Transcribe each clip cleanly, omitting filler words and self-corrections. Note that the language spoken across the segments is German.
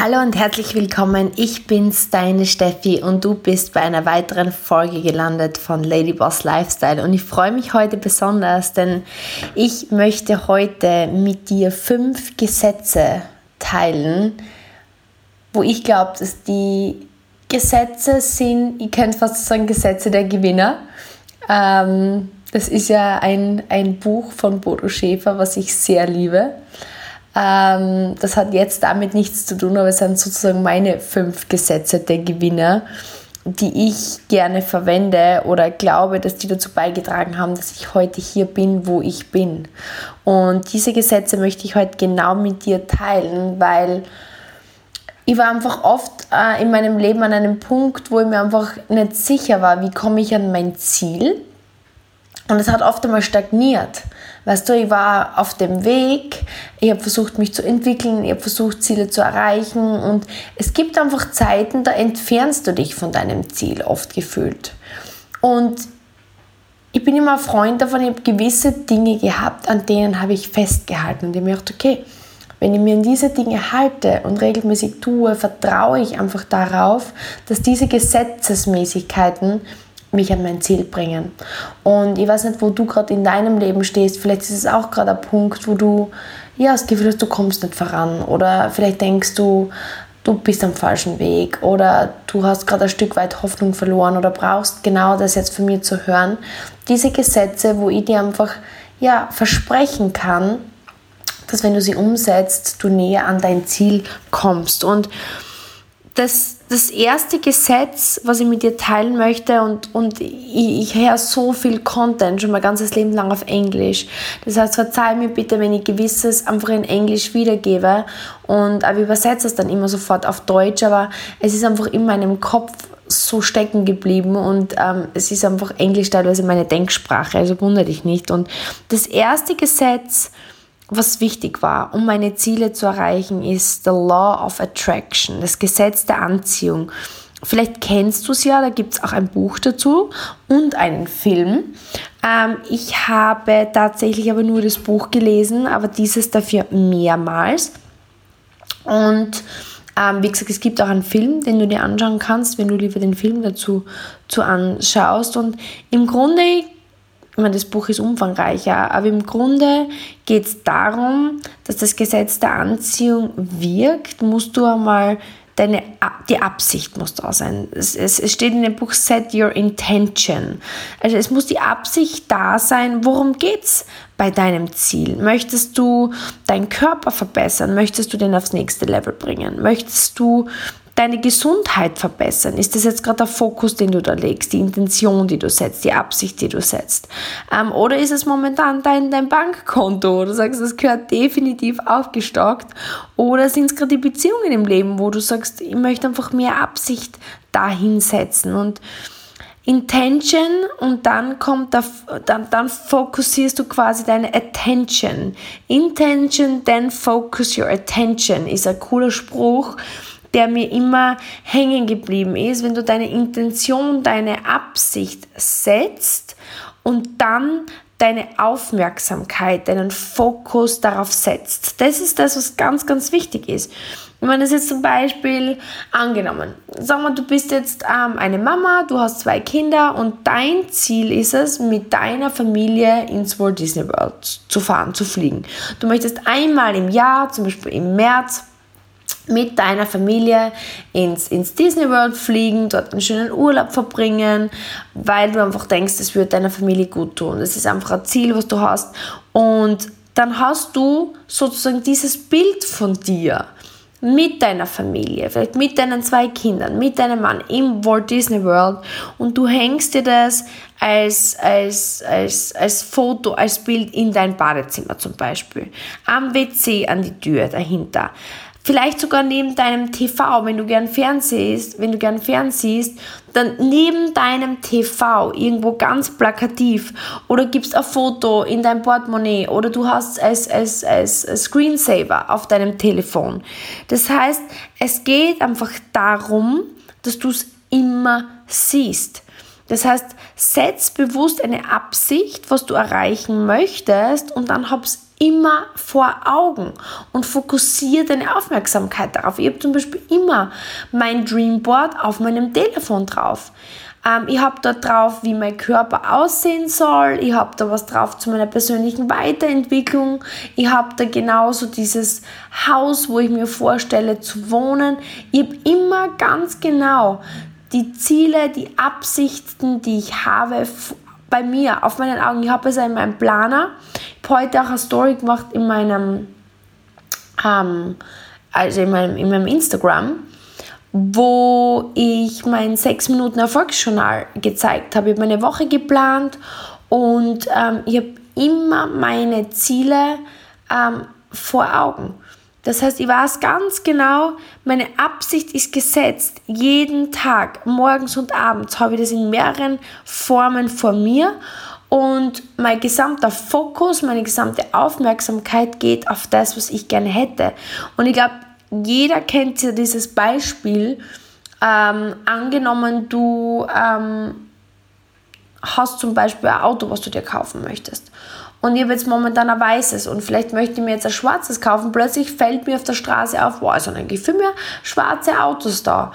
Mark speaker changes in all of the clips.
Speaker 1: Hallo und herzlich willkommen, ich bin's, deine Steffi und du bist bei einer weiteren Folge gelandet von Ladyboss Lifestyle und ich freue mich heute besonders, denn ich möchte heute mit dir 5 Gesetze teilen, wo ich glaube, dass die Gesetze sind, ich könnte fast sagen Gesetze der Gewinner. Das ist ja ein Buch von Bodo Schäfer, was ich sehr liebe. Das hat jetzt damit nichts zu tun, aber es sind sozusagen meine 5 Gesetze der Gewinner, die ich gerne verwende oder glaube, dass die dazu beigetragen haben, dass ich heute hier bin, wo ich bin. Und diese Gesetze möchte ich heute genau mit dir teilen, weil ich war einfach oft in meinem Leben an einem Punkt, wo ich mir einfach nicht sicher war, wie komme ich an mein Ziel. Und es hat oft einmal stagniert. Weißt du, ich war auf dem Weg, ich habe versucht, mich zu entwickeln, ich habe versucht, Ziele zu erreichen und es gibt einfach Zeiten, da entfernst du dich von deinem Ziel, oft gefühlt. Und ich bin immer ein Freund davon, ich habe gewisse Dinge gehabt, an denen habe ich festgehalten und ich habe mir gedacht, okay, wenn ich mir an diese Dinge halte und regelmäßig tue, vertraue ich einfach darauf, dass diese Gesetzesmäßigkeiten mich an mein Ziel bringen. Und ich weiß nicht, wo du gerade in deinem Leben stehst. Vielleicht ist es auch gerade ein Punkt, wo du das Gefühl hast, du kommst nicht voran. Oder vielleicht denkst du, du bist am falschen Weg. Oder du hast gerade ein Stück weit Hoffnung verloren oder brauchst genau das jetzt von mir zu hören. Diese Gesetze, wo ich dir einfach versprechen kann, dass wenn du sie umsetzt, du näher an dein Ziel kommst. Und das erste Gesetz, was ich mit dir teilen möchte, und ich höre so viel Content, schon mein ganzes Leben lang auf Englisch. Das heißt, verzeih mir bitte, wenn ich Gewisses einfach in Englisch wiedergebe und ich übersetze es dann immer sofort auf Deutsch, aber es ist einfach in meinem Kopf so stecken geblieben und es ist einfach Englisch teilweise meine Denksprache, also wundere dich nicht. Und das erste Gesetz, was wichtig war, um meine Ziele zu erreichen, ist the Law of Attraction, das Gesetz der Anziehung. Vielleicht kennst du es ja, da gibt es auch ein Buch dazu und einen Film. Ich habe tatsächlich aber nur das Buch gelesen, aber dieses dafür mehrmals. Und wie gesagt, es gibt auch einen Film, den du dir anschauen kannst, wenn du lieber den Film dazu anschaust. Und im Grunde, ich meine, das Buch ist umfangreicher, aber im Grunde geht es darum, dass das Gesetz der Anziehung wirkt, musst du einmal die Absicht muss da sein. Es steht in dem Buch Set Your Intention. Also es muss die Absicht da sein, worum geht's bei deinem Ziel? Möchtest du deinen Körper verbessern? Möchtest du den aufs nächste Level bringen? Möchtest du deine Gesundheit verbessern? Ist das jetzt gerade der Fokus, den du da legst, die Intention, die du setzt, die Absicht, die du setzt? Oder ist es momentan dein Bankkonto, wo du sagst, das gehört definitiv aufgestockt? Oder sind es gerade die Beziehungen im Leben, wo du sagst, ich möchte einfach mehr Absicht dahin setzen? Und Intention und dann dann fokussierst du quasi deine Attention. Intention, then focus your attention ist ein cooler Spruch, der mir immer hängen geblieben ist, wenn du deine Intention, deine Absicht setzt und dann deine Aufmerksamkeit, deinen Fokus darauf setzt. Das ist das, was ganz, ganz wichtig ist. Ich meine, das ist jetzt zum Beispiel angenommen, sagen wir, du bist jetzt eine Mama, du hast 2 Kinder und dein Ziel ist es, mit deiner Familie ins Walt Disney World zu fahren, zu fliegen. Du möchtest einmal im Jahr, zum Beispiel im März, mit deiner Familie ins Disney World fliegen, dort einen schönen Urlaub verbringen, weil du einfach denkst, es wird deiner Familie gut tun. Das ist einfach ein Ziel, was du hast. Und dann hast du sozusagen dieses Bild von dir mit deiner Familie, vielleicht mit deinen 2 Kindern, mit deinem Mann im Walt Disney World und du hängst dir das als Foto, als Bild in dein Badezimmer zum Beispiel, am WC, an die Tür dahinter. Vielleicht sogar neben deinem TV, wenn du gern fernsiehst, dann neben deinem TV irgendwo ganz plakativ oder gibst ein Foto in dein Portemonnaie oder du hast als Screensaver auf deinem Telefon. Das heißt, es geht einfach darum, dass du es immer siehst. Das heißt, setz bewusst eine Absicht, was du erreichen möchtest und dann hab's immer vor Augen und fokussiere deine Aufmerksamkeit darauf. Ich habe zum Beispiel immer mein Dreamboard auf meinem Telefon drauf. Ich habe da drauf, wie mein Körper aussehen soll. Ich habe da was drauf zu meiner persönlichen Weiterentwicklung. Ich habe da genauso dieses Haus, wo ich mir vorstelle zu wohnen. Ich habe immer ganz genau die Ziele, die Absichten, die ich habe, bei mir, auf meinen Augen. Ich habe es in meinem Planer. Ich habe heute auch eine Story gemacht in meinem Instagram, wo ich mein 6 Minuten Erfolgsjournal gezeigt habe. Ich habe meine Woche geplant und ich habe immer meine Ziele vor Augen. Das heißt, ich weiß ganz genau, meine Absicht ist gesetzt. Jeden Tag, morgens und abends, habe ich das in mehreren Formen vor mir und mein gesamter Fokus, meine gesamte Aufmerksamkeit geht auf das, was ich gerne hätte. Und ich glaube, jeder kennt ja dieses Beispiel. Angenommen, du hast zum Beispiel ein Auto, was du dir kaufen möchtest. Und ich habe jetzt momentan ein weißes und vielleicht möchte ich mir jetzt ein schwarzes kaufen. Plötzlich fällt mir auf der Straße auf, wow, es sind eigentlich viel mehr schwarze Autos da.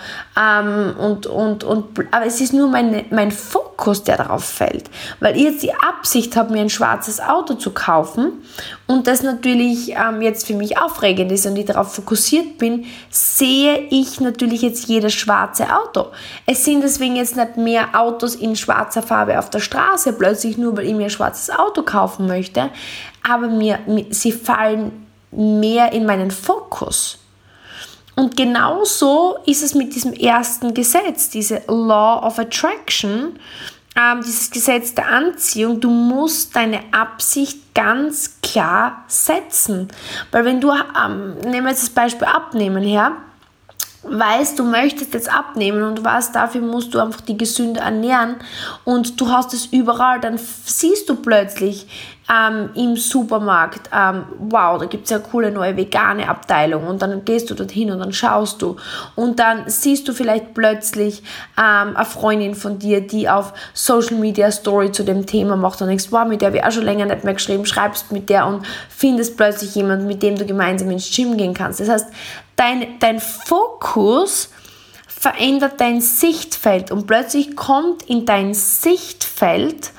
Speaker 1: Aber es ist nur mein Fokus, der darauf fällt. Weil ich jetzt die Absicht habe, mir ein schwarzes Auto zu kaufen und das natürlich jetzt für mich aufregend ist und ich darauf fokussiert bin, sehe ich natürlich jetzt jedes schwarze Auto. Es sind deswegen jetzt nicht mehr Autos in schwarzer Farbe auf der Straße, plötzlich nur, weil ich mir ein schwarzes Auto kaufen möchte, aber sie fallen mehr in meinen Fokus. Und genauso ist es mit diesem ersten Gesetz, diese Law of Attraction, dieses Gesetz der Anziehung. Du musst deine Absicht ganz klar setzen. Weil wenn du, nehmen wir jetzt das Beispiel Abnehmen her, weißt, du möchtest jetzt abnehmen und du weißt, dafür musst du einfach die gesünder ernähren und du hast es überall, dann siehst du plötzlich im Supermarkt, wow, da gibt es ja eine coole neue vegane Abteilung und dann gehst du dorthin und dann schaust du und dann siehst du vielleicht plötzlich eine Freundin von dir, die auf Social Media Story zu dem Thema macht und denkst, wow, mit der habe ich auch schon länger nicht mehr geschrieben, schreibst mit der und findest plötzlich jemanden, mit dem du gemeinsam ins Gym gehen kannst. Das heißt, dein Fokus verändert dein Sichtfeld und plötzlich kommt in dein Sichtfeld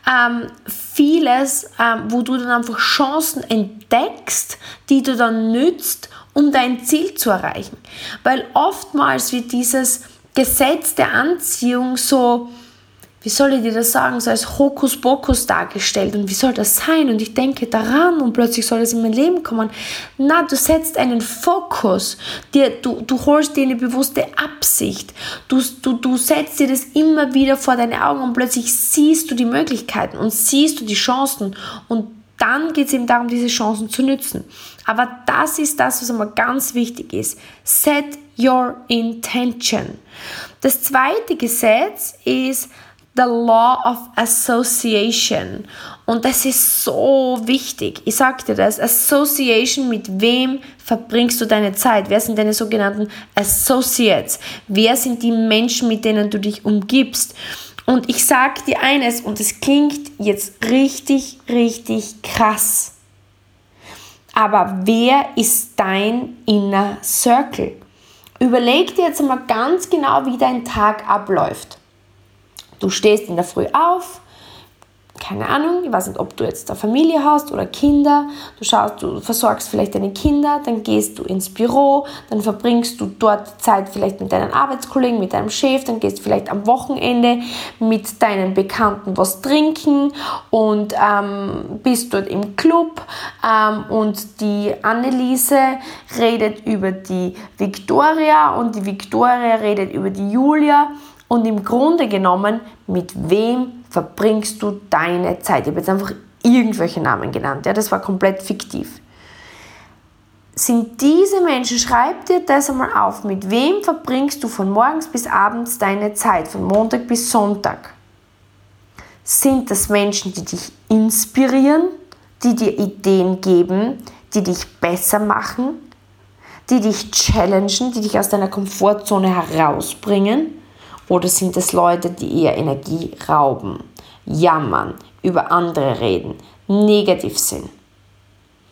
Speaker 1: vieles, wo du dann einfach Chancen entdeckst, die du dann nützt, um dein Ziel zu erreichen. Weil oftmals wird dieses Gesetz der Anziehung so, wie soll ich dir das sagen, so als Hokuspokus dargestellt und wie soll das sein und ich denke daran und plötzlich soll das in mein Leben kommen. Na, du setzt einen Fokus, du holst dir eine bewusste Absicht, du setzt dir das immer wieder vor deine Augen und plötzlich siehst du die Möglichkeiten und siehst du die Chancen und dann geht es eben darum, diese Chancen zu nützen. Aber das ist das, was einmal ganz wichtig ist. Set your intention. Das zweite Gesetz ist The Law of Association. Und das ist so wichtig. Ich sage dir das. Association, mit wem verbringst du deine Zeit? Wer sind deine sogenannten Associates? Wer sind die Menschen, mit denen du dich umgibst? Und ich sage dir eines, und es klingt jetzt richtig, richtig krass. Aber wer ist dein Inner Circle? Überleg dir jetzt einmal ganz genau, wie dein Tag abläuft. Du stehst in der Früh auf, keine Ahnung, ich weiß nicht, ob du jetzt eine Familie hast oder Kinder, du versorgst vielleicht deine Kinder, dann gehst du ins Büro, dann verbringst du dort Zeit vielleicht mit deinen Arbeitskollegen, mit deinem Chef, dann gehst du vielleicht am Wochenende mit deinen Bekannten was trinken und bist dort im Club und die Anneliese redet über die Victoria und die Victoria redet über die Julia. Und im Grunde genommen, mit wem verbringst du deine Zeit? Ich habe jetzt einfach irgendwelche Namen genannt, ja, das war komplett fiktiv. Sind diese Menschen, schreib dir das einmal auf, mit wem verbringst du von morgens bis abends deine Zeit, von Montag bis Sonntag? Sind das Menschen, die dich inspirieren, die dir Ideen geben, die dich besser machen, die dich challengen, die dich aus deiner Komfortzone herausbringen? Oder sind es Leute, die eher Energie rauben, jammern, über andere reden, negativ sind?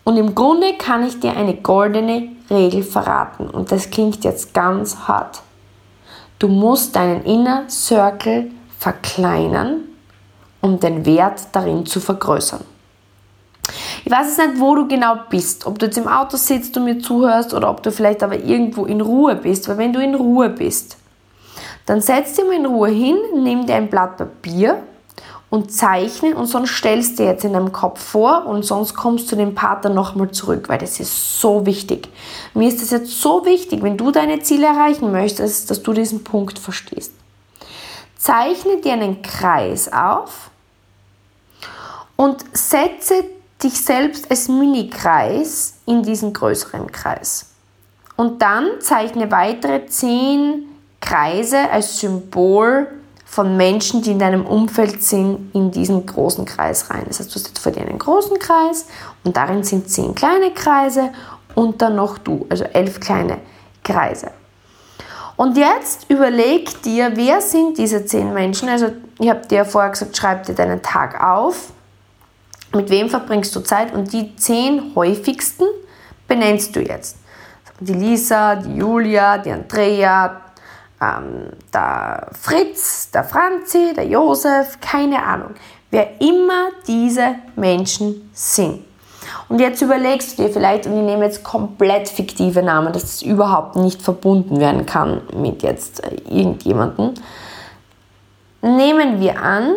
Speaker 1: Und im Grunde kann ich dir eine goldene Regel verraten. Und das klingt jetzt ganz hart. Du musst deinen Inner Circle verkleinern, um den Wert darin zu vergrößern. Ich weiß jetzt nicht, wo du genau bist, ob du jetzt im Auto sitzt und mir zuhörst oder ob du vielleicht aber irgendwo in Ruhe bist. Weil wenn du in Ruhe bist, dann setz dich mal in Ruhe hin, nimm dir ein Blatt Papier und zeichne und sonst stellst du dir jetzt in deinem Kopf vor und sonst kommst du dem Partner nochmal zurück, weil das ist so wichtig. Mir ist das jetzt so wichtig, wenn du deine Ziele erreichen möchtest, dass du diesen Punkt verstehst. Zeichne dir einen Kreis auf und setze dich selbst als Mini-Kreis in diesen größeren Kreis. Und dann zeichne weitere 10 Kreise als Symbol von Menschen, die in deinem Umfeld sind, in diesen großen Kreis rein. Das heißt, du hast jetzt vor dir einen großen Kreis und darin sind 10 kleine Kreise und dann noch du, also 11 kleine Kreise. Und jetzt überleg dir, wer sind diese 10 Menschen? Also ich habe dir vorher gesagt, schreib dir deinen Tag auf. Mit wem verbringst du Zeit? Und die 10 häufigsten benennst du jetzt. Die Lisa, die Julia, die Andrea, der Fritz, der Franzi, der Josef, keine Ahnung. Wer immer diese Menschen sind. Und jetzt überlegst du dir vielleicht, und ich nehme jetzt komplett fiktive Namen, dass das überhaupt nicht verbunden werden kann mit jetzt irgendjemandem. Nehmen wir an,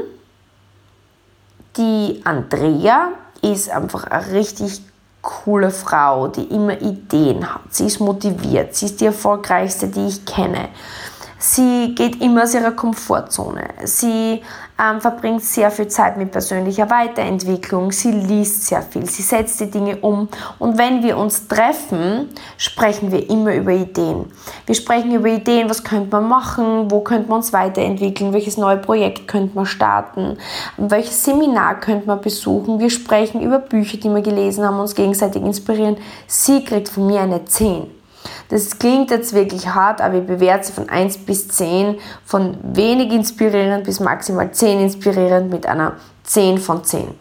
Speaker 1: die Andrea ist einfach eine richtig coole Frau, die immer Ideen hat. Sie ist motiviert, sie ist die erfolgreichste, die ich kenne. Sie geht immer aus ihrer Komfortzone. Sie verbringt sehr viel Zeit mit persönlicher Weiterentwicklung. Sie liest sehr viel. Sie setzt die Dinge um. Und wenn wir uns treffen, sprechen wir immer über Ideen. Wir sprechen über Ideen, was könnte man machen, wo könnte man uns weiterentwickeln, welches neue Projekt könnte man starten, welches Seminar könnte man besuchen. Wir sprechen über Bücher, die wir gelesen haben, uns gegenseitig inspirieren. Sie kriegt von mir eine 10. Das klingt jetzt wirklich hart, aber ich bewerte sie von 1 bis 10, von wenig inspirierend bis maximal 10 inspirierend mit einer 10 von 10.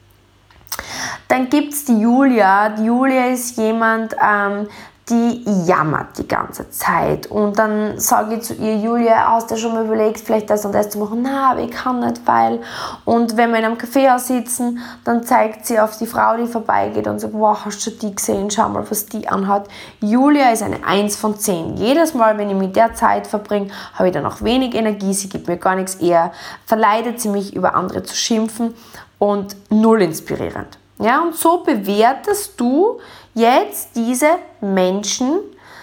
Speaker 1: Dann gibt es die Julia. Die Julia ist jemand, die jammert die ganze Zeit. Und dann sage ich zu ihr, Julia, hast du schon mal überlegt, vielleicht das und das zu machen? Nein, aber ich kann nicht, weil... Und wenn wir in einem Kaffeehaus sitzen, dann zeigt sie auf die Frau, die vorbeigeht und sagt, wow, hast du die gesehen? Schau mal, was die anhat. Julia ist eine 1 von 10. Jedes Mal, wenn ich mit der Zeit verbringe, habe ich dann auch wenig Energie, sie gibt mir gar nichts, eher verleitet sie mich, über andere zu schimpfen und null inspirierend. Ja, und so bewertest du jetzt diese Menschen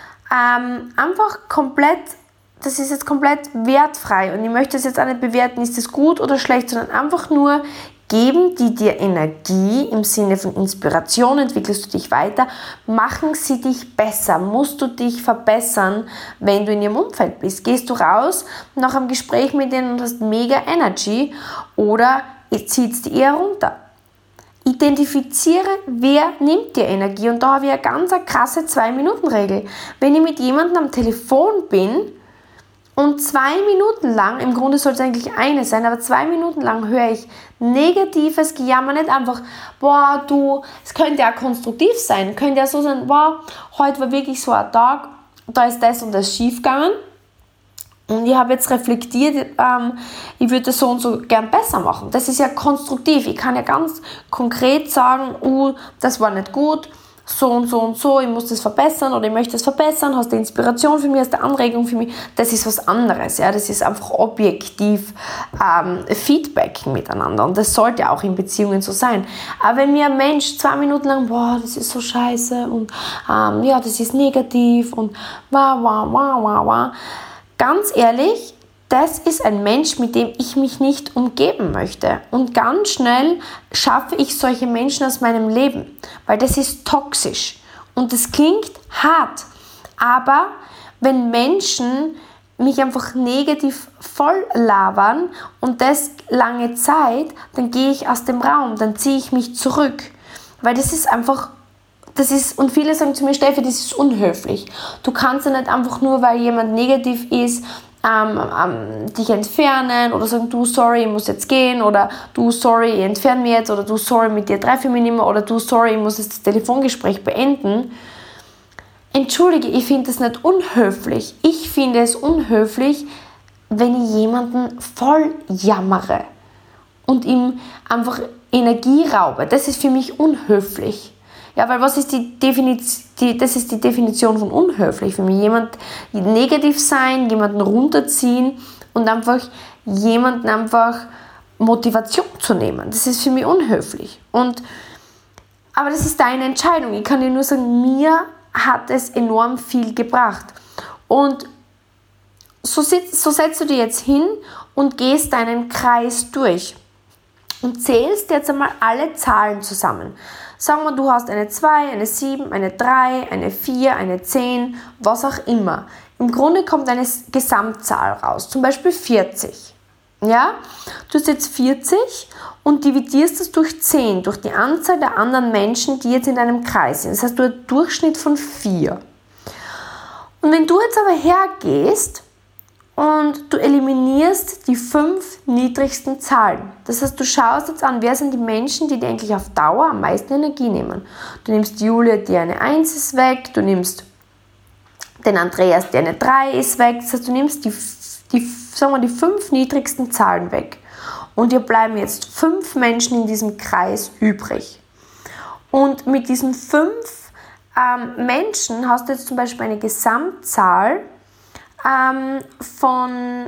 Speaker 1: einfach komplett, das ist jetzt komplett wertfrei und ich möchte es jetzt auch nicht bewerten, ist das gut oder schlecht, sondern einfach nur geben die dir Energie im Sinne von Inspiration, entwickelst du dich weiter, machen sie dich besser, musst du dich verbessern, wenn du in ihrem Umfeld bist. Gehst du raus nach einem Gespräch mit denen und hast mega Energy oder zieht es dir eher runter? Identifiziere, wer nimmt dir Energie. Und da habe ich eine ganz krasse 2-Minuten-Regel. Wenn ich mit jemandem am Telefon bin und 2 Minuten lang, im Grunde soll es eigentlich eine sein, aber 2 Minuten lang höre ich negatives Gejammer, nicht einfach, boah, du, es könnte ja konstruktiv sein, könnte ja so sein, boah, heute war wirklich so ein Tag, da ist das und das schief gegangen. Und ich habe jetzt reflektiert, ich würde das so und so gern besser machen. Das ist ja konstruktiv. Ich kann ja ganz konkret sagen, das war nicht gut, so und so und so, ich muss das verbessern oder ich möchte das verbessern, hast du Inspiration für mich, hast du Anregung für mich. Das ist was anderes. Ja? Das ist einfach objektiv Feedback miteinander. Und das sollte auch in Beziehungen so sein. Aber wenn mir ein Mensch 2 Minuten lang, boah, das ist so scheiße und ja, das ist negativ und ganz ehrlich, das ist ein Mensch, mit dem ich mich nicht umgeben möchte. Und ganz schnell schaffe ich solche Menschen aus meinem Leben, weil das ist toxisch. Und das klingt hart, aber wenn Menschen mich einfach negativ voll labern und das lange Zeit, dann gehe ich aus dem Raum, dann ziehe ich mich zurück. Weil das ist einfach... und viele sagen zu mir, Steffi, das ist unhöflich. Du kannst ja nicht einfach nur, weil jemand negativ ist, dich entfernen oder sagen, du, sorry, ich muss jetzt gehen oder du, sorry, ich entferne mich jetzt oder du, sorry, mit dir treffe ich mich nicht mehr oder du, sorry, ich muss jetzt das Telefongespräch beenden. Entschuldige, ich finde das nicht unhöflich. Ich finde es unhöflich, wenn ich jemanden voll jammere und ihm einfach Energie raube. Das ist für mich unhöflich. Ja, weil was ist das ist die Definition von unhöflich für mich. Jemand negativ sein, jemanden runterziehen und einfach jemanden Motivation zu nehmen. Das ist für mich unhöflich. Aber das ist deine Entscheidung. Ich kann dir nur sagen, mir hat es enorm viel gebracht. Und so setzt du dir jetzt hin und gehst deinen Kreis durch und zählst jetzt einmal alle Zahlen zusammen. Sagen wir, du hast eine 2, eine 7, eine 3, eine 4, eine 10, was auch immer. Im Grunde kommt eine Gesamtzahl raus, zum Beispiel 40. Ja? Du hast jetzt 40 und dividierst das durch 10, durch die Anzahl der anderen Menschen, die jetzt in deinem Kreis sind. Das heißt, du hast einen Durchschnitt von 4. Und wenn du jetzt aber hergehst und du eliminierst die 5 niedrigsten Zahlen. Das heißt, du schaust jetzt an, wer sind die Menschen, die dir eigentlich auf Dauer am meisten Energie nehmen. Du nimmst Julia, die eine 1 ist weg, du nimmst den Andreas, der eine 3 ist weg. Das heißt, du nimmst die 5 niedrigsten Zahlen weg. Und dir bleiben jetzt 5 Menschen in diesem Kreis übrig. Und mit diesen 5 Menschen hast du jetzt zum Beispiel eine Gesamtzahl von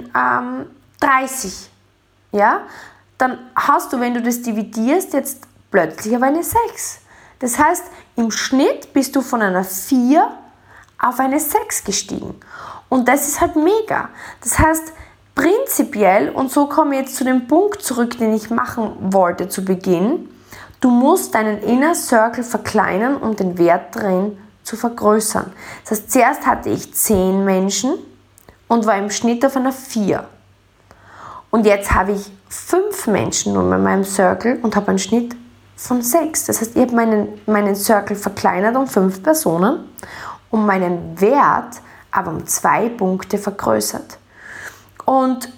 Speaker 1: 30, ja, dann hast du, wenn du das dividierst, jetzt plötzlich aber eine 6. Das heißt, im Schnitt bist du von einer 4 auf eine 6 gestiegen. Und das ist halt mega. Das heißt, prinzipiell, und so komme ich jetzt zu dem Punkt zurück, den ich machen wollte zu Beginn, du musst deinen Inner Circle verkleinern, um den Wert drin zu vergrößern. Das heißt, zuerst hatte ich 10 Menschen und war im Schnitt auf einer 4. Und jetzt habe ich 5 Menschen nun in meinem Circle und habe einen Schnitt von 6. Das heißt, ich habe meinen Circle verkleinert um 5 Personen und meinen Wert aber um 2 Punkte vergrößert. Und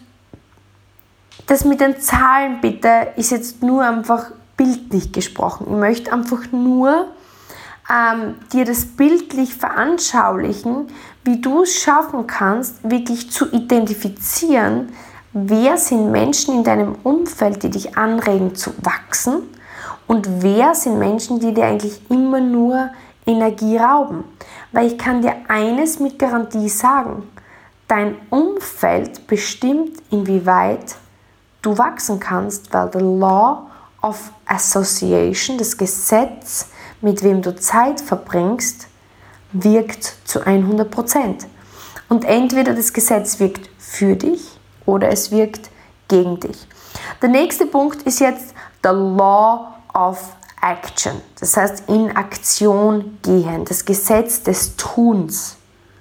Speaker 1: das mit den Zahlen bitte ist jetzt nur einfach bildlich gesprochen. Ich möchte einfach nur dir das bildlich veranschaulichen, wie du es schaffen kannst, wirklich zu identifizieren, wer sind Menschen in deinem Umfeld, die dich anregen zu wachsen und wer sind Menschen, die dir eigentlich immer nur Energie rauben. Weil ich kann dir eines mit Garantie sagen, dein Umfeld bestimmt, inwieweit du wachsen kannst, weil the Law of Association, das Gesetz, mit wem du Zeit verbringst, wirkt zu 100%. Und entweder das Gesetz wirkt für dich oder es wirkt gegen dich. Der nächste Punkt ist jetzt the Law of Action. Das heißt, in Aktion gehen, das Gesetz des Tuns.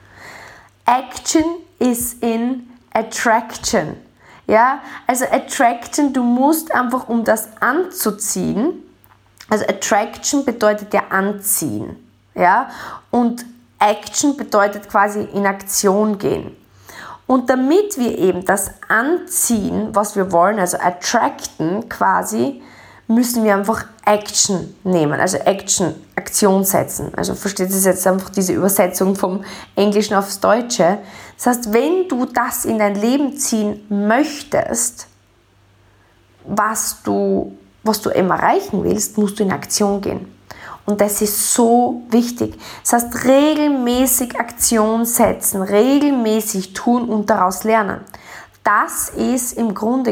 Speaker 1: Action is in Attraction. Ja, also Attraction, du musst einfach, um das anzuziehen, also Attraction bedeutet ja anziehen, ja, und Action bedeutet quasi in Aktion gehen. Und damit wir eben das anziehen, was wir wollen, also attracten quasi, müssen wir einfach Action nehmen, also Aktion setzen. Also versteht ihr jetzt einfach diese Übersetzung vom Englischen aufs Deutsche? Das heißt, wenn du das in dein Leben ziehen möchtest, was du eben erreichen willst, musst du in Aktion gehen. Und das ist so wichtig. Das heißt, regelmäßig Aktion setzen, regelmäßig tun und daraus lernen. Das ist im Grunde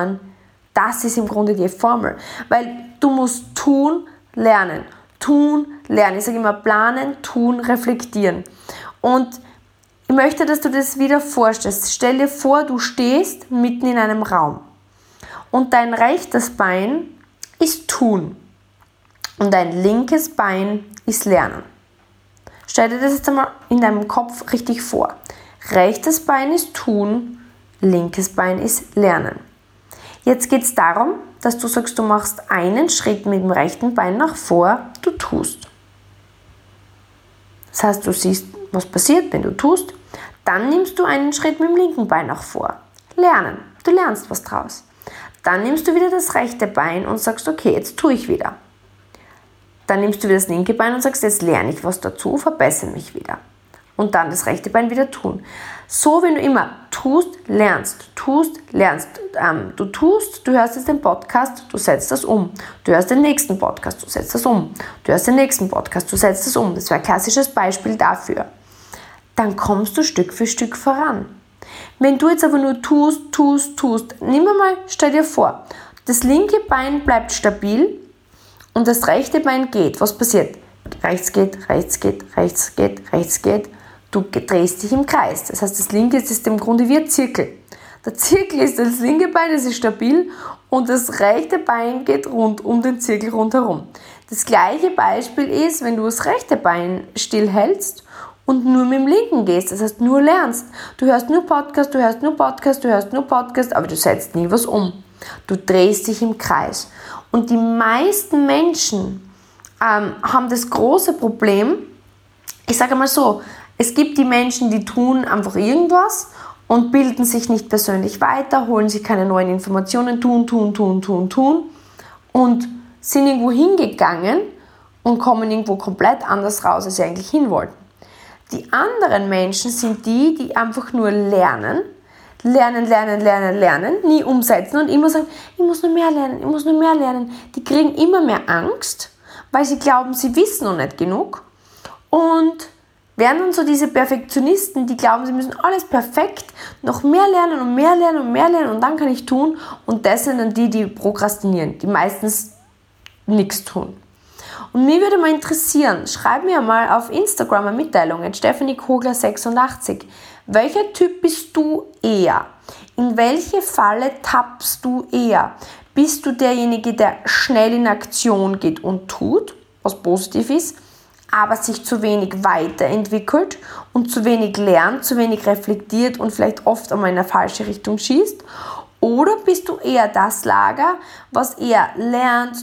Speaker 1: die Formel. Weil du musst tun, lernen. Tun, lernen. Ich sage immer planen, tun, reflektieren. Und ich möchte, dass du das wieder vorstellst. Stell dir vor, du stehst mitten in einem Raum. Und dein rechtes Bein ist tun. Und dein linkes Bein ist lernen. Stell dir das jetzt einmal in deinem Kopf richtig vor. Rechtes Bein ist tun, linkes Bein ist lernen. Jetzt geht es darum, dass du sagst, du machst einen Schritt mit dem rechten Bein nach vor, du tust. Das heißt, du siehst, was passiert, wenn du tust. Dann nimmst du einen Schritt mit dem linken Bein nach vor. Lernen. Du lernst was draus. Dann nimmst du wieder das rechte Bein und sagst, okay, jetzt tue ich wieder. Dann nimmst du wieder das linke Bein und sagst, jetzt lerne ich was dazu, verbessere mich wieder. Und dann das rechte Bein wieder tun. So, wenn du immer tust, lernst. Du tust, du hörst jetzt den Podcast, du setzt das um. Du hörst den nächsten Podcast, du setzt das um. Du hörst den nächsten Podcast, du setzt das um. Das wäre ein klassisches Beispiel dafür. Dann kommst du Stück für Stück voran. Wenn du jetzt aber nur tust, nimm mal, stell dir vor, das linke Bein bleibt stabil und das rechte Bein geht. Was passiert? Rechts geht. Du drehst dich im Kreis. Das heißt, das linke ist im Grunde wie ein Zirkel. Der Zirkel ist das linke Bein, das ist stabil und das rechte Bein geht rund um den Zirkel rundherum. Das gleiche Beispiel ist, wenn du das rechte Bein stillhältst und nur mit dem linken gehst, das heißt nur lernst. Du hörst nur Podcast, aber du setzt nie was um. Du drehst dich im Kreis. Und die meisten Menschen haben das große Problem, ich sage mal so, es gibt die Menschen, die tun einfach irgendwas und bilden sich nicht persönlich weiter, holen sich keine neuen Informationen, tun und sind irgendwo hingegangen und kommen irgendwo komplett anders raus, als sie eigentlich hin wollten. Die anderen Menschen sind die, die einfach nur lernen, nie umsetzen und immer sagen, ich muss nur mehr lernen. Die kriegen immer mehr Angst, weil sie glauben, sie wissen noch nicht genug und werden dann so diese Perfektionisten, die glauben, sie müssen alles perfekt, noch mehr lernen und dann kann ich tun. Und das sind dann die prokrastinieren, die meistens nichts tun. Und mich würde mal interessieren, schreib mir mal auf Instagram eine Mitteilung, @stephaniekogler86. Welcher Typ bist du eher? In welche Falle tappst du eher? Bist du derjenige, der schnell in Aktion geht und tut, was positiv ist, aber sich zu wenig weiterentwickelt und zu wenig lernt, zu wenig reflektiert und vielleicht oft einmal in eine falsche Richtung schießt? Oder bist du eher das Lager, was eher lernt,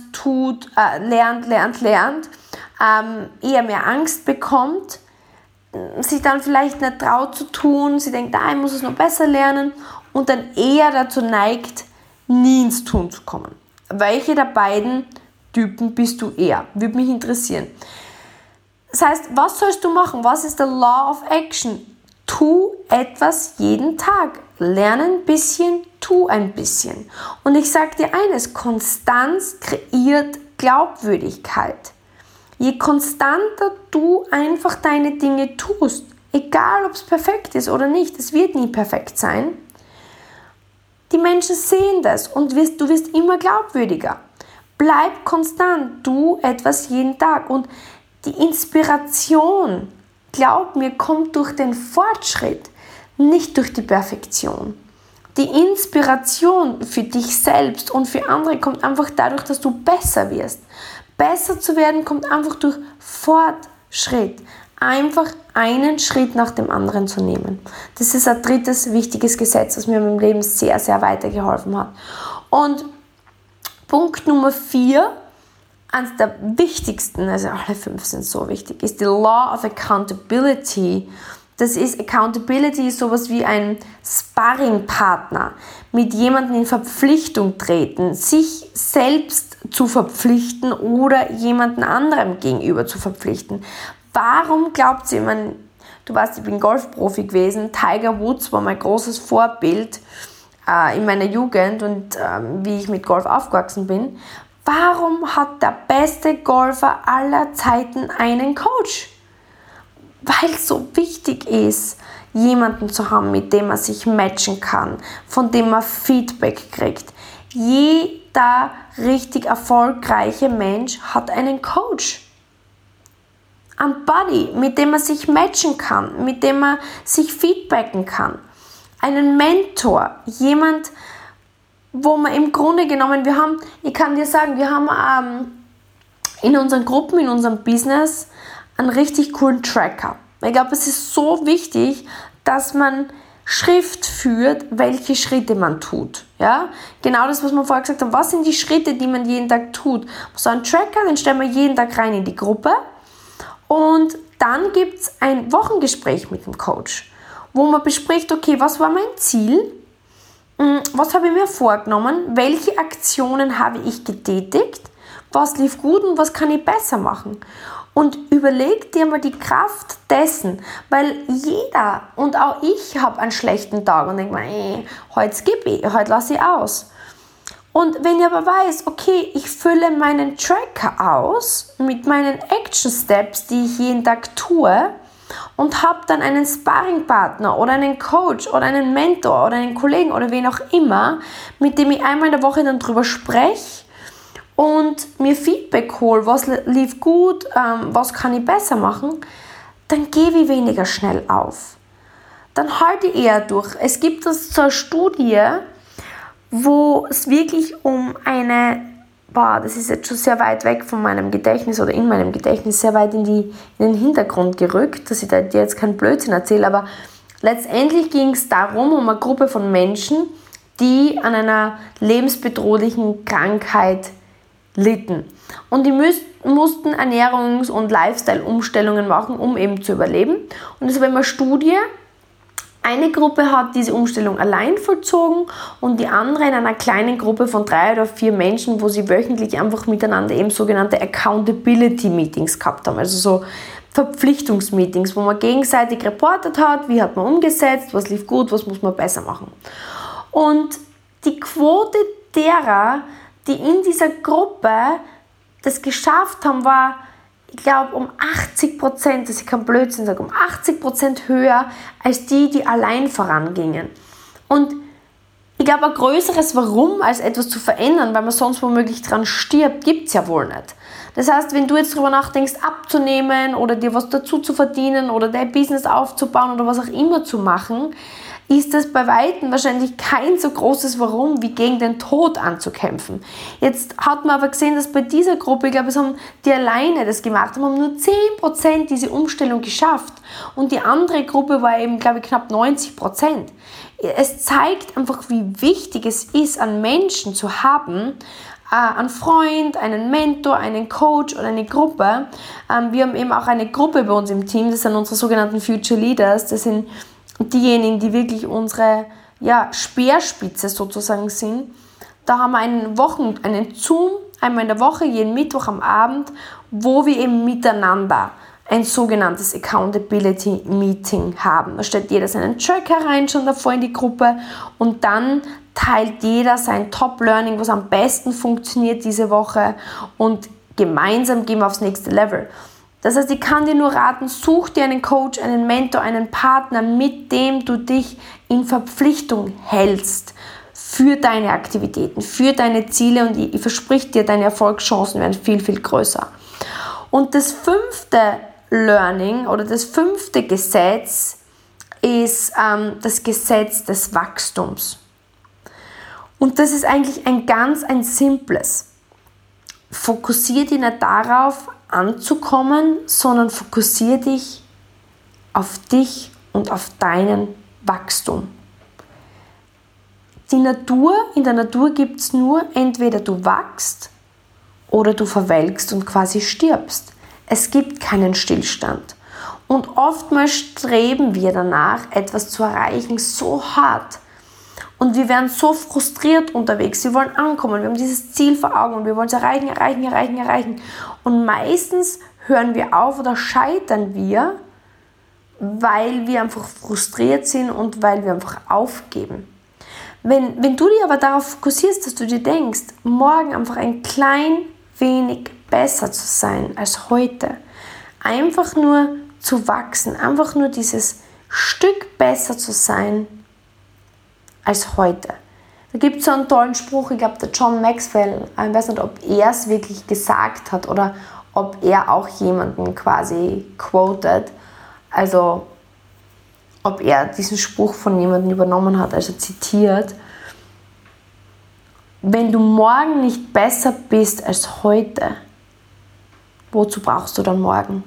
Speaker 1: eher mehr Angst bekommt, sich dann vielleicht nicht traut zu tun, sie denkt, ich muss es noch besser lernen und dann eher dazu neigt, nie ins Tun zu kommen? Welche der beiden Typen bist du eher? Würde mich interessieren. Das heißt, was sollst du machen? Was ist der Law of Action? Tu etwas jeden Tag. Lerne ein bisschen, tu ein bisschen. Und ich sage dir eines, Konstanz kreiert Glaubwürdigkeit. Je konstanter du einfach deine Dinge tust, egal ob es perfekt ist oder nicht, es wird nie perfekt sein, die Menschen sehen das und du wirst immer glaubwürdiger. Bleib konstant, tu etwas jeden Tag und die Inspiration, glaub mir, kommt durch den Fortschritt, nicht durch die Perfektion. Die Inspiration für dich selbst und für andere kommt einfach dadurch, dass du besser wirst. Besser zu werden kommt einfach durch Fortschritt. Einfach einen Schritt nach dem anderen zu nehmen. Das ist ein drittes wichtiges Gesetz, das mir in meinem Leben sehr, sehr weitergeholfen hat. Und Punkt Nummer 4, eines der wichtigsten, also alle 5 sind so wichtig, ist die Law of Accountability. Accountability ist sowas wie ein Sparringpartner, mit jemandem in Verpflichtung treten, sich selbst zu verpflichten oder jemandem anderem gegenüber zu verpflichten. Warum glaubt ihr, du weißt, ich bin Golfprofi gewesen, Tiger Woods war mein großes Vorbild in meiner Jugend und wie ich mit Golf aufgewachsen bin. Warum hat der beste Golfer aller Zeiten einen Coach? Weil es so wichtig ist, jemanden zu haben, mit dem man sich matchen kann, von dem man Feedback kriegt. Jeder richtig erfolgreiche Mensch hat einen Coach. Ein Buddy, mit dem man sich matchen kann, mit dem man sich feedbacken kann. Einen Mentor, jemand, wo man im Grunde genommen, ich kann dir sagen, wir haben in unseren Gruppen, in unserem Business einen richtig coolen Tracker. Ich glaube, es ist so wichtig, dass man Schrift führt, welche Schritte man tut. Ja? Genau das, was wir vorher gesagt haben. Was sind die Schritte, die man jeden Tag tut? So einen Tracker, den stellen wir jeden Tag rein in die Gruppe und dann gibt es ein Wochengespräch mit dem Coach, wo man bespricht, okay, was war mein Ziel? Was habe ich mir vorgenommen? Welche Aktionen habe ich getätigt? Was lief gut und was kann ich besser machen? Und überleg dir mal die Kraft dessen, weil jeder und auch ich habe einen schlechten Tag und denke mir, heute skippe ich, heute lasse ich aus. Und wenn ich aber weiß, okay, ich fülle meinen Tracker aus mit meinen Action Steps, die ich jeden Tag tue und habe dann einen Sparringpartner oder einen Coach oder einen Mentor oder einen Kollegen oder wen auch immer, mit dem ich einmal in der Woche dann drüber spreche und mir Feedback hole, was lief gut, was kann ich besser machen, dann gebe ich weniger schnell auf. Dann halte ich eher durch. Es gibt so eine Studie, wo es wirklich um das ist jetzt schon sehr weit weg von meinem Gedächtnis oder in meinem Gedächtnis, sehr weit in den Hintergrund gerückt, dass ich dir jetzt keinen Blödsinn erzähle, aber letztendlich ging es darum, um eine Gruppe von Menschen, die an einer lebensbedrohlichen Krankheit litten. Und die mussten Ernährungs- und Lifestyle-Umstellungen machen, um eben zu überleben. Und es war immer eine Studie. Eine Gruppe hat diese Umstellung allein vollzogen und die andere in einer kleinen Gruppe von 3 oder 4 Menschen, wo sie wöchentlich einfach miteinander eben sogenannte Accountability Meetings gehabt haben, also so Verpflichtungsmeetings, wo man gegenseitig reportet hat, wie hat man umgesetzt, was lief gut, was muss man besser machen. Und die Quote derer, die in dieser Gruppe das geschafft haben, war, ich glaube, um 80%, dass ich keinen Blödsinn sage, um 80% höher als die allein vorangingen. Und ich glaube, ein größeres Warum als etwas zu verändern, weil man sonst womöglich dran stirbt, gibt es ja wohl nicht. Das heißt, wenn du jetzt darüber nachdenkst, abzunehmen oder dir was dazu zu verdienen oder dein Business aufzubauen oder was auch immer zu machen, ist das bei Weitem wahrscheinlich kein so großes Warum, wie gegen den Tod anzukämpfen. Jetzt hat man aber gesehen, dass bei dieser Gruppe, ich glaube, es haben die alleine das gemacht, haben nur 10% diese Umstellung geschafft. Und die andere Gruppe war eben, glaube ich, knapp 90%. Es zeigt einfach, wie wichtig es ist, einen Menschen zu haben, einen Freund, einen Mentor, einen Coach oder eine Gruppe. Wir haben eben auch eine Gruppe bei uns im Team, das sind unsere sogenannten Future Leaders, das sind diejenigen, die wirklich unsere Speerspitze sozusagen sind. Da haben wir einen Zoom, einmal in der Woche, jeden Mittwoch am Abend, wo wir eben miteinander ein sogenanntes Accountability Meeting haben. Da stellt jeder seinen Tracker rein, schon davor in die Gruppe und dann teilt jeder sein Top-Learning, was am besten funktioniert diese Woche und gemeinsam gehen wir aufs nächste Level. Das heißt, ich kann dir nur raten, such dir einen Coach, einen Mentor, einen Partner, mit dem du dich in Verpflichtung hältst für deine Aktivitäten, für deine Ziele und ich verspreche dir, deine Erfolgschancen werden viel, viel größer. Und das 5. Learning oder das 5. Gesetz ist das Gesetz des Wachstums. Und das ist eigentlich ein simples. Fokussiere dich nicht darauf, anzukommen, sondern fokussiere dich auf dich und auf deinen Wachstum. In der Natur gibt es nur, entweder du wachst oder du verwelkst und quasi stirbst. Es gibt keinen Stillstand. Und oftmals streben wir danach, etwas zu erreichen, so hart. Und wir werden so frustriert unterwegs, wir wollen ankommen, wir haben dieses Ziel vor Augen und wir wollen es erreichen. Und meistens hören wir auf oder scheitern wir, weil wir einfach frustriert sind und weil wir einfach aufgeben. Wenn du dich aber darauf fokussierst, dass du dir denkst, morgen einfach ein klein wenig besser zu sein als heute, einfach nur zu wachsen, einfach nur dieses Stück besser zu sein als heute. Da gibt es so einen tollen Spruch, ich glaube der John Maxwell, ich weiß nicht, ob er es wirklich gesagt hat oder ob er auch jemanden quasi quoted, also ob er diesen Spruch von jemandem übernommen hat, also zitiert. Wenn du morgen nicht besser bist als heute, wozu brauchst du dann morgen?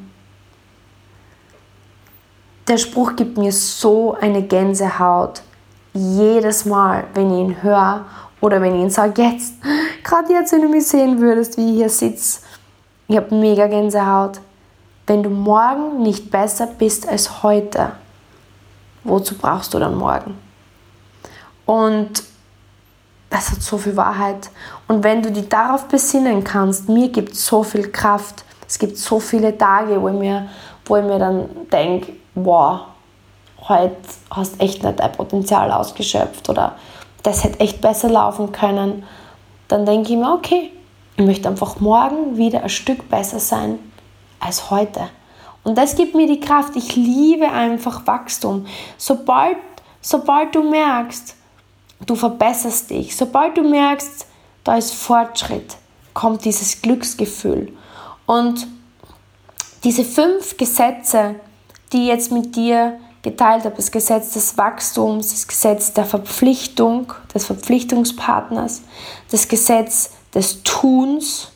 Speaker 1: Der Spruch gibt mir so eine Gänsehaut. Jedes Mal, wenn ich ihn höre oder wenn ich ihn sage, gerade jetzt, wenn du mich sehen würdest, wie ich hier sitze, ich habe mega Gänsehaut. Wenn du morgen nicht besser bist als heute, wozu brauchst du dann morgen? Und das hat so viel Wahrheit. Und wenn du dich darauf besinnen kannst, mir gibt es so viel Kraft. Es gibt so viele Tage, wo ich mir dann denke, wow, heute hast du echt nicht dein Potenzial ausgeschöpft oder das hätte echt besser laufen können. Dann denke ich mir, okay, ich möchte einfach morgen wieder ein Stück besser sein als heute. Und das gibt mir die Kraft. Ich liebe einfach Wachstum. Sobald du merkst, du verbesserst dich, sobald du merkst, da ist Fortschritt, kommt dieses Glücksgefühl. Und diese 5 Gesetze, die ich jetzt mit dir geteilt habe, das Gesetz des Wachstums, das Gesetz der Verpflichtung, des Verpflichtungspartners, das Gesetz des Tuns,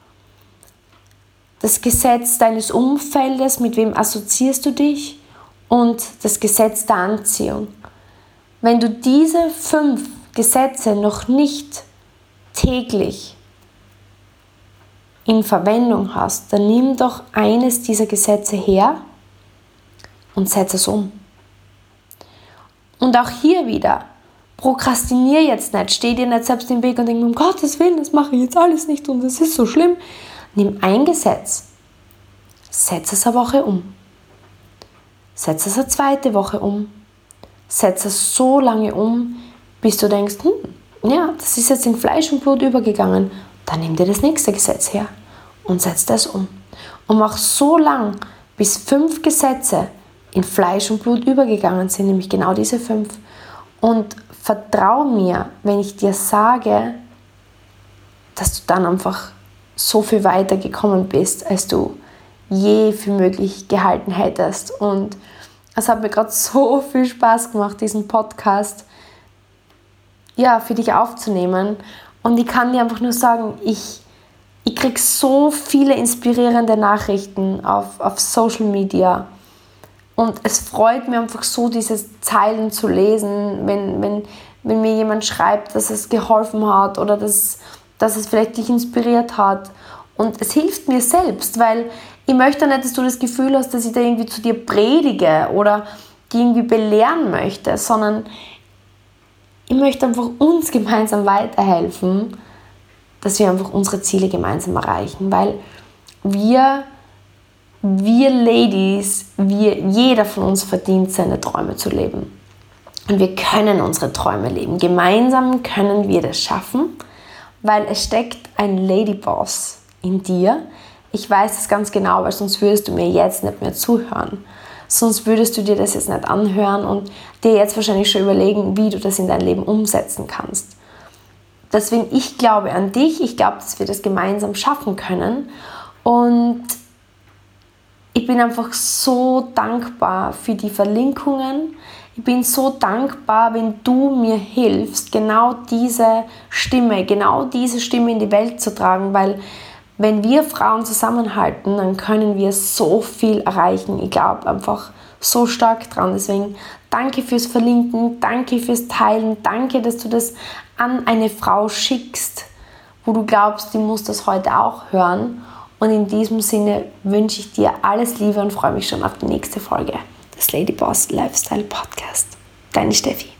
Speaker 1: das Gesetz deines Umfeldes, mit wem assoziierst du dich, und das Gesetz der Anziehung. Wenn du diese 5 Gesetze noch nicht täglich in Verwendung hast, dann nimm doch eines dieser Gesetze her und setz es um. Und auch hier wieder, prokrastinier jetzt nicht, steh dir nicht selbst im Weg und denk, um Gottes Willen, das mache ich jetzt alles nicht und das ist so schlimm. Nimm ein Gesetz, setz es eine Woche um, setz es eine zweite Woche um, setz es so lange um, bis du denkst, ja, das ist jetzt in Fleisch und Blut übergegangen. Dann nimm dir das nächste Gesetz her und setz das um. Und mach so lang, bis 5 Gesetze in Fleisch und Blut übergegangen sind, nämlich genau diese 5. Und vertrau mir, wenn ich dir sage, dass du dann einfach so viel weiter gekommen bist, als du je für möglich gehalten hättest. Und es hat mir gerade so viel Spaß gemacht, diesen Podcast für dich aufzunehmen. Und ich kann dir einfach nur sagen, ich kriege so viele inspirierende Nachrichten auf Social Media. Und es freut mich einfach so, diese Zeilen zu lesen, wenn mir jemand schreibt, dass es geholfen hat oder dass es vielleicht dich inspiriert hat. Und es hilft mir selbst, weil ich möchte nicht, dass du das Gefühl hast, dass ich da irgendwie zu dir predige oder die irgendwie belehren möchte, sondern ich möchte einfach uns gemeinsam weiterhelfen, dass wir einfach unsere Ziele gemeinsam erreichen, weil wir Ladies, jeder von uns verdient, seine Träume zu leben. Und wir können unsere Träume leben. Gemeinsam können wir das schaffen, weil es steckt ein Ladyboss in dir. Ich weiß das ganz genau, weil sonst würdest du mir jetzt nicht mehr zuhören. Sonst würdest du dir das jetzt nicht anhören und dir jetzt wahrscheinlich schon überlegen, wie du das in dein Leben umsetzen kannst. Deswegen, ich glaube an dich, ich glaube, dass wir das gemeinsam schaffen können. Und ich bin einfach so dankbar für die Verlinkungen. Ich bin so dankbar, wenn du mir hilfst, genau diese Stimme in die Welt zu tragen, weil wenn wir Frauen zusammenhalten, dann können wir so viel erreichen. Ich glaube einfach so stark dran. Deswegen danke fürs Verlinken, danke fürs Teilen, danke, dass du das an eine Frau schickst, wo du glaubst, die muss das heute auch hören. Und in diesem Sinne wünsche ich dir alles Liebe und freue mich schon auf die nächste Folge des Ladyboss Lifestyle Podcast. Deine Steffi.